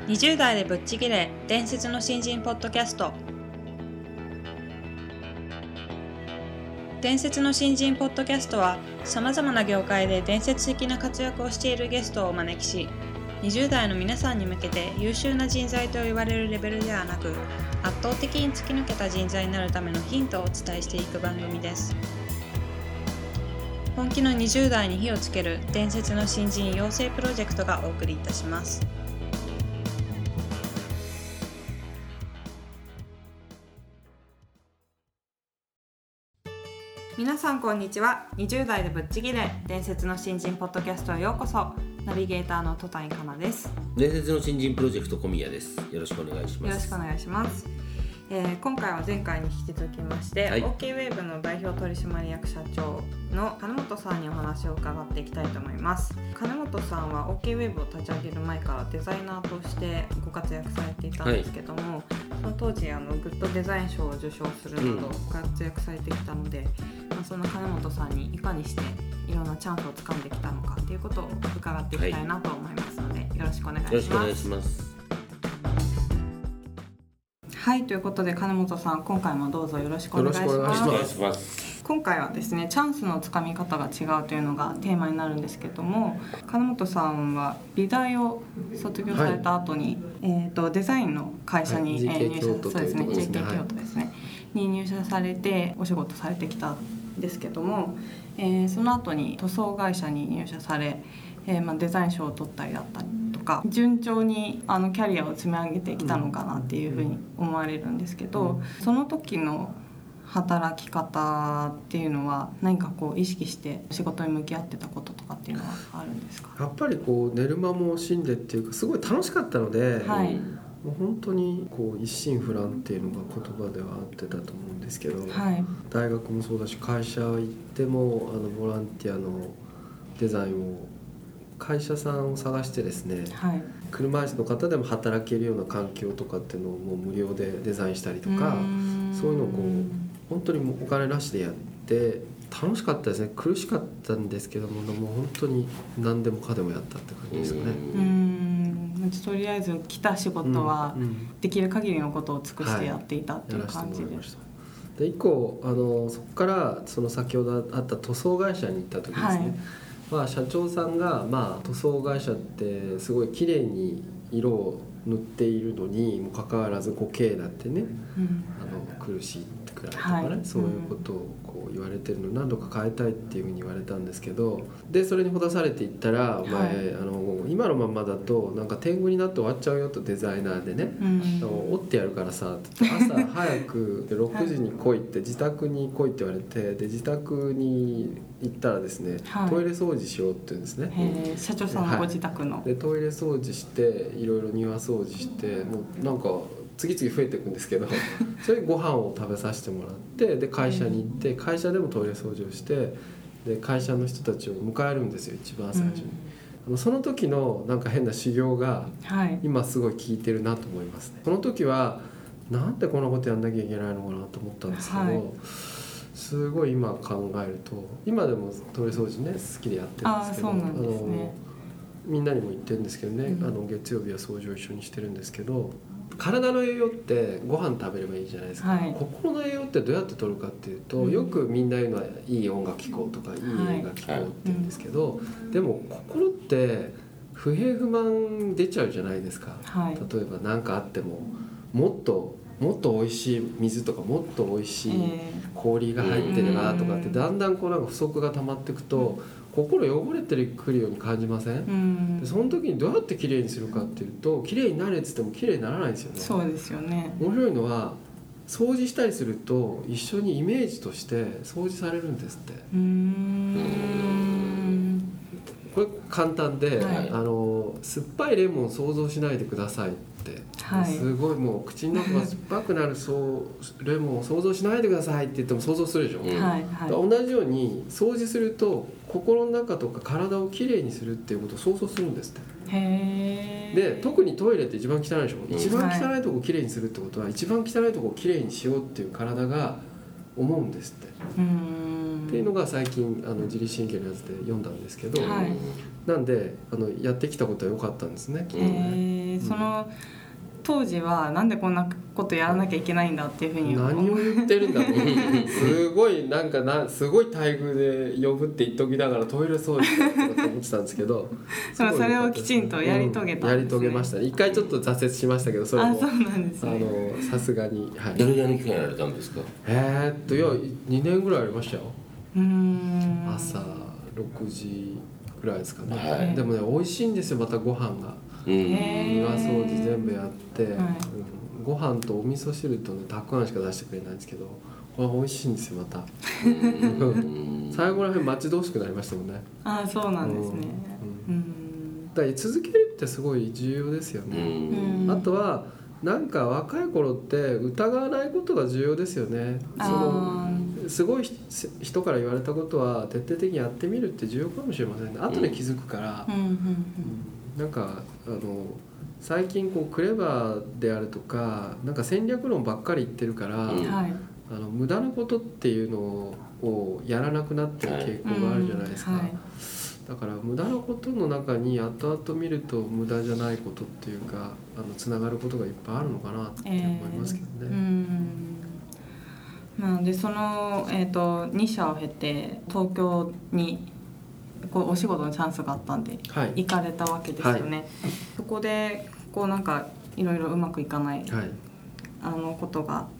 20代でぶっちぎれ伝説の新人ポッドキャスト。伝説の新人ポッドキャストはさまざまな業界で伝説的な活躍をしているゲストをお招きし、20代の皆さんに向けて優秀な人材と言われるレベルではなく、圧倒的に突き抜けた人材になるためのヒントをお伝えしていく番組です。本気の20代に火をつける伝説の新人養成プロジェクトがお送りいたします。皆さんこんにちは。20代でぶっちぎれ伝説の新人ポッドキャストへようこそ。ナビゲーターの戸谷香奈です。 伝説の新人プロジェクト小宮です。よろしくお願いします。 よろしくお願いします。今回は前回に引き続きまして、OK ウェーブの代表取締役社長の金本さんにお話を伺っていきたいと思います。金本さんは OK ウェーブを立ち上げる前からデザイナーとしてご活躍されていたんですけども、その当時グッドデザイン賞を受賞するなど活躍されてきたので、その金本さんにいかにしていろんなチャンスをつかんできたのかということを伺っていきたいなと思いますので、よろしくお願いします。 よろしくお願いします。 はい、ということで金本さん、今回もどうぞよろしくお願いします。 よろしくお願いします。 今回はですね、チャンスのつかみ方が違うというのがテーマになるんですけども、金本さんは美大を卒業された後に、デザインの会社に、 GK 京都そうですね、GK 京都ですね、に入社されてお仕事されてきたんですけども、その後に塗装会社に入社され、デザイン賞を取ったりだったりとか、順調にキャリアを積み上げてきたのかなっていうふうに思われるんですけど、その時の働き方っていうのは何か意識して仕事に向き合ってたこととかっていうのはあるんですか？ やっぱり寝る間も惜しんでっていうか、すごい楽しかったので、もう本当に一心不乱っていうのが言葉ではあってたと思うんですけど、大学もそうだし、会社行ってもボランティアのデザインを会社さんを探してですね、車椅子の方でも働けるような環境とかっていうのをもう無料でデザインしたりとか、そういうのを本当にもうお金なしでやって楽しかったですね。苦しかったんですけども、もう本当に何でもかでもやったって感じですかね。 とりあえず来た仕事はできる限りのことを尽くしてやっていたっていう感じです。 で以降そこから先ほどあった塗装会社に行った時ですね、社長さんが、塗装会社ってすごい綺麗に色を塗っているのにもかかわらず経営だってね、苦しいってくらいとかね、そういうことを言われてるのを何度か変えたいっていうふうに言われたんですけど、でそれにほだされていったら、お前今のままだとなんか天狗になって終わっちゃうよと、デザイナーでね、折ってやるからさって朝早く6時に来いって自宅に来いって言われて、で自宅に行ったらですね、トイレ掃除しようって言うんですね。 社長さんのご自宅の、 でトイレ掃除していろいろ庭掃除して、もうなんか次々増えていくんですけどそれでご飯を食べさせてもらって、で会社に行って、会社でもトイレ掃除をして、で会社の人たちを迎えるんですよ、一番最初に。その時のなんか変な修行が今すごい効いてるなと思いますね。その時はなんでこんなことやんなきゃいけないのかなと思ったんですけど、すごい今考えると、今でもトイレ掃除ね好きでやってるんですけど、 そうなんですね。 みんなにも言ってるんですけどね、月曜日は掃除を一緒にしてるんですけど、体の栄養ってご飯食べればいいじゃないですか、心の栄養ってどうやって取るかっていうと、よくみんな言うのはいい音楽聴こうとか、いい映画聴こうって言うんですけど、でも心って不平不満出ちゃうじゃないですか、例えば何かあってももっと美味しい水とか、もっと美味しい氷が入ってるなとかって、だんだんなんか不足が溜まっていくと心汚れてくるように感じません？でその時にどうやってきれいにするかっていうと、きれいになれって言ってもきれいにならないんですよね。 そうですよね。 面白いのは、掃除したりすると一緒にイメージとして掃除されるんですって。これ簡単で、酸っぱいレモン想像しないでくださいって、すごいもう口の中が酸っぱくなるレモンを想像しないでくださいって言っても想像するでしょ、同じように掃除すると心の中とか体をきれいにするっていうことを想像するんですって。で特にトイレって一番汚いでしょ、一番汚いとこをきれいにするってことは、一番汚いとこをきれいにしようっていう体が思うんですって。っていうのが最近自律神経のやつで読んだんですけど、なんでやってきたことは良かったんですね、きっとね。 その当時はなんでこんなことやらなきゃいけないんだっていうふうに何を言ってるんだろうすごいすごい待遇で呼ぶって言っときながらトイレ掃除だと思ってたんですけどでもそれをきちんとやり遂げたんですね、 やり遂げましたね。一回ちょっと挫折しましたけど、それもそうなんですね。 さすがに、はい、 どれぐらいの期間やられたんですか？ いや2年ぐらいありましたよ。朝6時ぐらいですかね、 はい、 でもね美味しいんですよ、またご飯が。庭掃除全部やって、ご飯とお味噌汁とねたくあんしか出してくれないんですけど、これ美味しいんですよまた最後らへん待ち遠しくなりましたもんね。 そうなんですね。 だから続けるってすごい重要ですよね。あとはなんか若い頃って疑わないことが重要ですよね。すごい人から言われたことは徹底的にやってみるって重要かもしれませんね。後で気づくから、なんか最近クレバーであるとかなんか戦略論ばっかり言ってるから、無駄なことっていうのをやらなくなってる傾向があるじゃないですか。だから無駄なことの中に後々見ると無駄じゃないことっていうかつながることがいっぱいあるのかなって思いますけどね。 でその、2社を経て東京にお仕事のチャンスがあったんで行かれたわけですよね。そこでなんかいろいろうまくいかない、ことがあって、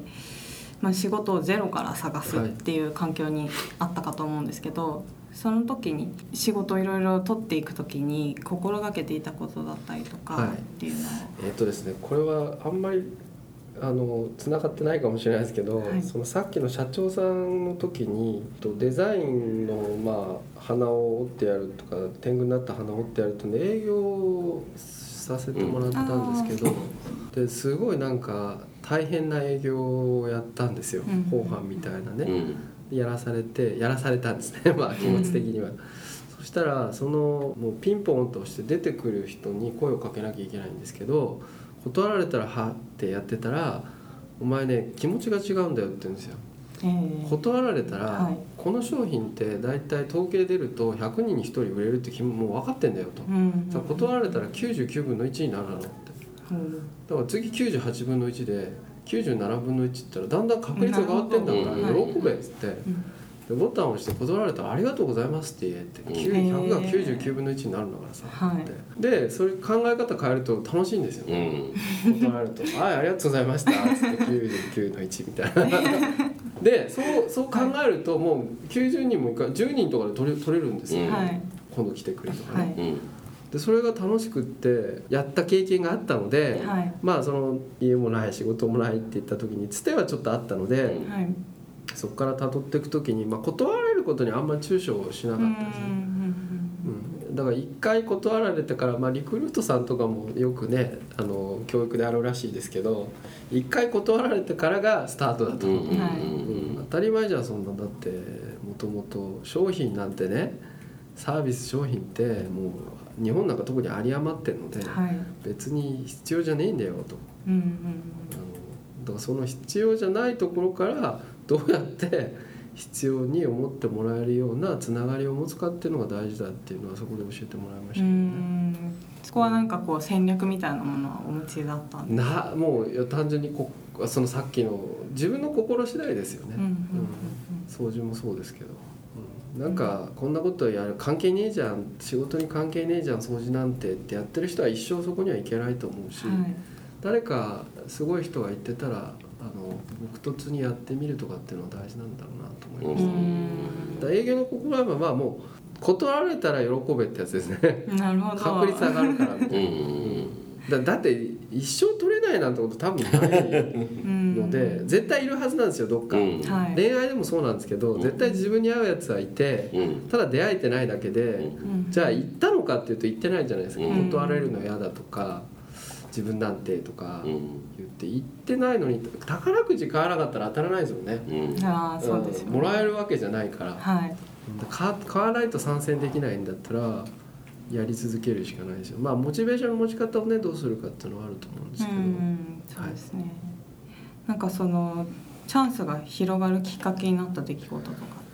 仕事をゼロから探すっていう環境にあったかと思うんですけど、その時に仕事をいろいろ取っていく時に心がけていたことだったりとかっていうのは、 ですね、これはあんまりつながってないかもしれないですけど、そのさっきの社長さんの時にデザインの花を折ってやるとか天狗になった花を折ってやると、営業させてもらったんですけど、ですごいなんか大変な営業をやったんですよ、後半みたいなね、やらされたんですね気持ち的には。そしたらもうピンポンと押して出てくる人に声をかけなきゃいけないんですけど、断られたらはってやってたら、お前ね気持ちが違うんだよって言うんですよ。断られたら、この商品ってだいたい統計出ると100人に1人売れるってもう分かってんだよと、断られたら99分の1になるだろうって、だから次98分の1で97分の1って言ったらだんだん確率が変わってんだから喜べっつって、でボタンを押して断られたらありがとうございますって言えって、100が99分の1になるんだからさって、でそれ考え方変えると楽しいんですよね、断られるとはいありがとうございましたっつって99の1みたいなでそう考えるともう90人もいか10人とかで取れるんですよ、今度来てくれとかね、でそれが楽しくってやった経験があったので、その家もない仕事もないって言った時につてはちょっとあったので、そこから辿っていく時に、断られることにあんまり躊躇しなかったですね。だから一回断られてから、リクルートさんとかもよくね教育であるらしいですけど、一回断られてからがスタートだと思う、当たり前じゃんそんな。だってもともと商品なんてね、サービス商品ってもう日本なんか特に有り余ってるので、別に必要じゃねえんだよと、だからその必要じゃないところからどうやって必要に思ってもらえるようなつながりを持つかっていうのが大事だっていうのはそこで教えてもらいましたけどね。 そこはなんか戦略みたいなものはお持ちだったんですか？ もう単純にそのさっきの自分の心次第ですよね。掃除もそうですけど、なんかこんなことやる関係ねえじゃん、仕事に関係ねえじゃん掃除なんてってやってる人は一生そこにはいけないと思うし、誰かすごい人が言ってたら僕突にやってみるとかっていうのは大事なんだろうなと思いました。だ営業の心はもう断られたら喜べってやつですね。 なるほど。 確率上がるからみたいな。だって一生取れないなんてこと多分ないので絶対いるはずなんですよどっか、恋愛でもそうなんですけど、絶対自分に合うやつはいて、ただ出会えてないだけで、じゃあ行ったのかっていうと行ってないじゃないですか。断られるの嫌だとか自分なんてとか言って行ってないのに宝くじ買わなかったら当たらないですもんね、 そうですよね。 もらえるわけじゃないから、買わないと参戦できないんだったらやり続けるしかないですよ。モチベーションの持ち方をねどうするかっていうのはあると思うんですけど、 そうですね、なんかそのチャンスが広がるきっかけになった出来事とかっていうのは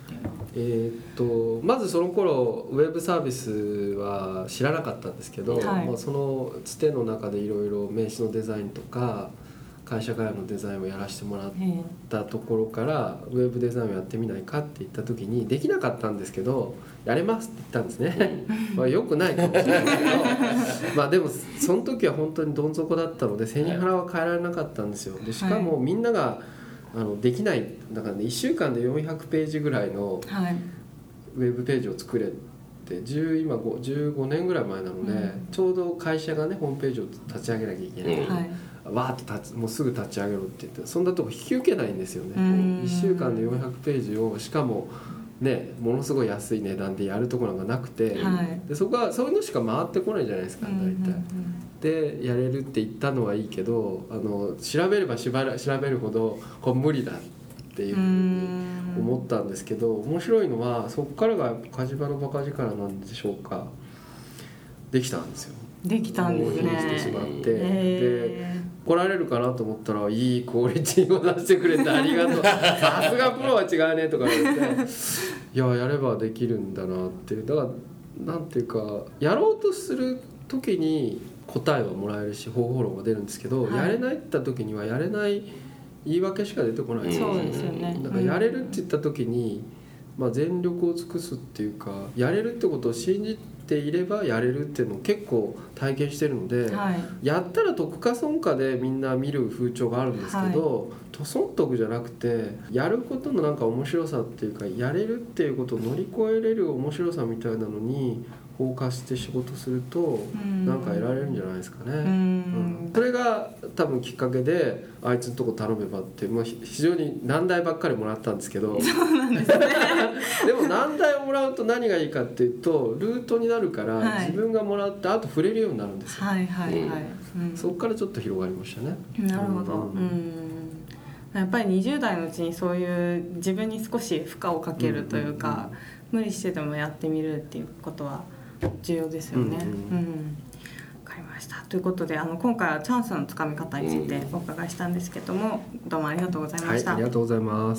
まずその頃ウェブサービスは知らなかったんですけど、そのつての中でいろいろ名刺のデザインとか会社概要のデザインをやらせてもらったところからウェブデザインをやってみないかって言った時にできなかったんですけどやれますって言ったんですねよくないかもしれないけどでもその時は本当にどん底だったので背に腹は変えられなかったんですよ。でしかもみんなができないだからね1週間で400ページぐらいのウェブページを作れって今15年ぐらい前なので、ちょうど会社がねホームページを立ち上げなきゃいけない、わーっともうすぐ立ち上げろって言ってそんなとこ引き受けないんですよね。1週間で400ページをしかもねものすごい安い値段でやるところなんかなくて、でそこはそういうのしか回ってこないじゃないですか大体。でやれるって言ったのはいいけど調べれば調べるほどこれ無理だっていうふうに思ったんですけど、面白いのはそこからが火事場のバカ力なんでしょうか、できたんですよ。 できたんですね。 してしまってで来られるかなと思ったらいいクオリティを出してくれてありがとうさすがプロは違うねとか言っていややればできるんだなっていう。だからなんていうかやろうとする時に答えはもらえるし方法論が出るんですけど、やれないって言った時にはやれない言い訳しか出てこないんですよね。 そうですよね。 だからやれるって言った時に、全力を尽くすっていうかやれるってことを信じていればやれるっていうのを結構体験してるので、やったら得か損かでみんな見る風潮があるんですけど、損得じゃなくてやることのなんか面白さっていうかやれるっていうことを乗り越えれる面白さみたいなのにフォーカスして仕事するとなんか得られるんじゃないですかね。それが多分きっかけであいつのとこ頼めばって、非常に難題ばっかりもらったんですけどそうなんですねでも難題をもらうと何がいいかっていうとルートになるから、自分がもらってあと触れるようになるんですよ。そこからちょっと広がりましたね。 なるほど。やっぱり20代のうちにそういう自分に少し負荷をかけるというか、無理してでもやってみるっていうことは重要ですよね。わかりました。ということで今回はチャンスのつかみ方についてお伺いしたんですけども、どうもありがとうございました。 ありがとうございます。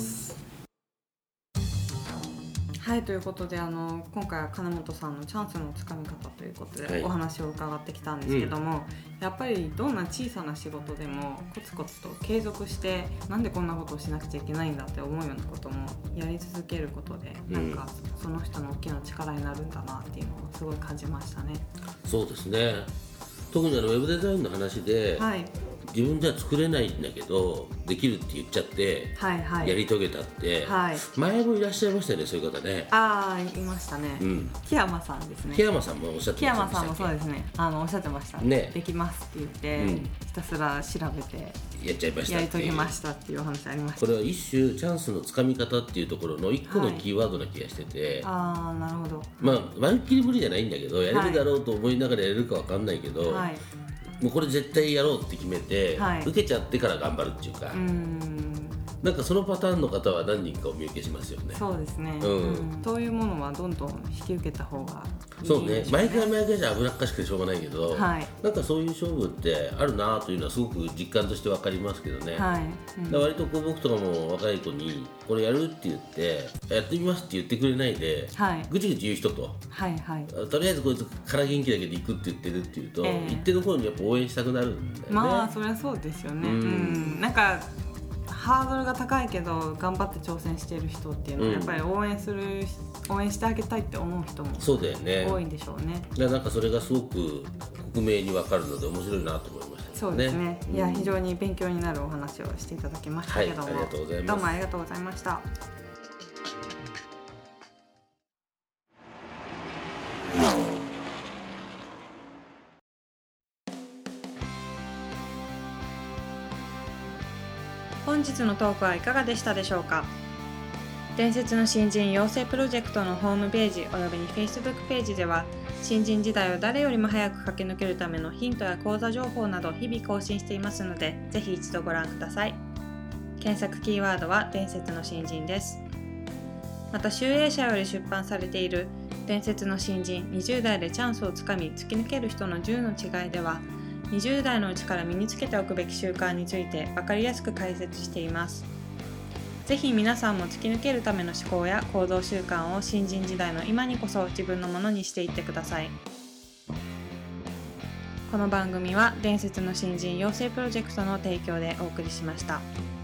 ということで今回は金本さんのチャンスのつかみ方ということでお話を伺ってきたんですけども、やっぱりどんな小さな仕事でもコツコツと継続してなんでこんなことをしなくちゃいけないんだって思うようなこともやり続けることで、なんかその人の大きな力になるんだなっていうのをすごい感じましたね。 そうですね。特にウェブデザインの話で、自分では作れないんだけどできるって言っちゃって、やり遂げたって、前もいらっしゃいましたよね、そういう方ね。 いましたね。木山さんですね。 木山さんもおっしゃってました。 木山さんもそうですね。おっしゃってましたね。できますって言って、ひたすら調べてやっちゃいました、 やり遂げましたっていうお話ありました。 これは一種チャンスのつかみ方っていうところの一個のキーワードな気がしてて、 なるほど。 まるっきり無理じゃないんだけど、やれるだろうと思いながらやれるか分かんないけど、もうこれ絶対やろうって決めて、受けちゃってから頑張るっていうか、なんかそのパターンの方は何人かお見受けしますよね。 そうですね。そういうものはどんどん引き受けた方がいい。 そうね。毎回じゃ危なっかしくてしょうがないけど、なんかそういう勝負ってあるなというのはすごく実感として分かりますけどね。割と僕とかも若い子にこれやるって言ってやってみますって言ってくれないで、ぐちぐち言う人と、とりあえずこいつから元気だけで行くって言ってるっていうと、一定の方にやっぱ応援したくなるんだよね。 そりゃそうですよね。なんかハードルが高いけど頑張って挑戦している人っていうのはやっぱり応援してあげたいって思う人も多いんでしょうね。 なんかそれがすごく克明に分かるので面白いなと思いましたね。 そうですね。いや非常に勉強になるお話をしていただきましたけども、 ありがとうございます。 どうもありがとうございました。本日のトークはいかがでしたでしょうか。伝説の新人養成プロジェクトのホームページおよびに Facebook ページでは新人時代を誰よりも早く駆け抜けるためのヒントや講座情報など日々更新していますので、ぜひ一度ご覧ください。検索キーワードは伝説の新人です。また集英社より出版されている伝説の新人20代でチャンスをつかみ突き抜ける人の10の違いでは、20代のうちから身につけておくべき習慣について分かりやすく解説しています。 ぜひ皆さんも突き抜けるための思考や行動習慣を新人時代の今にこそ自分のものにしていってください。この番組は伝説の新人養成プロジェクトの提供でお送りしました。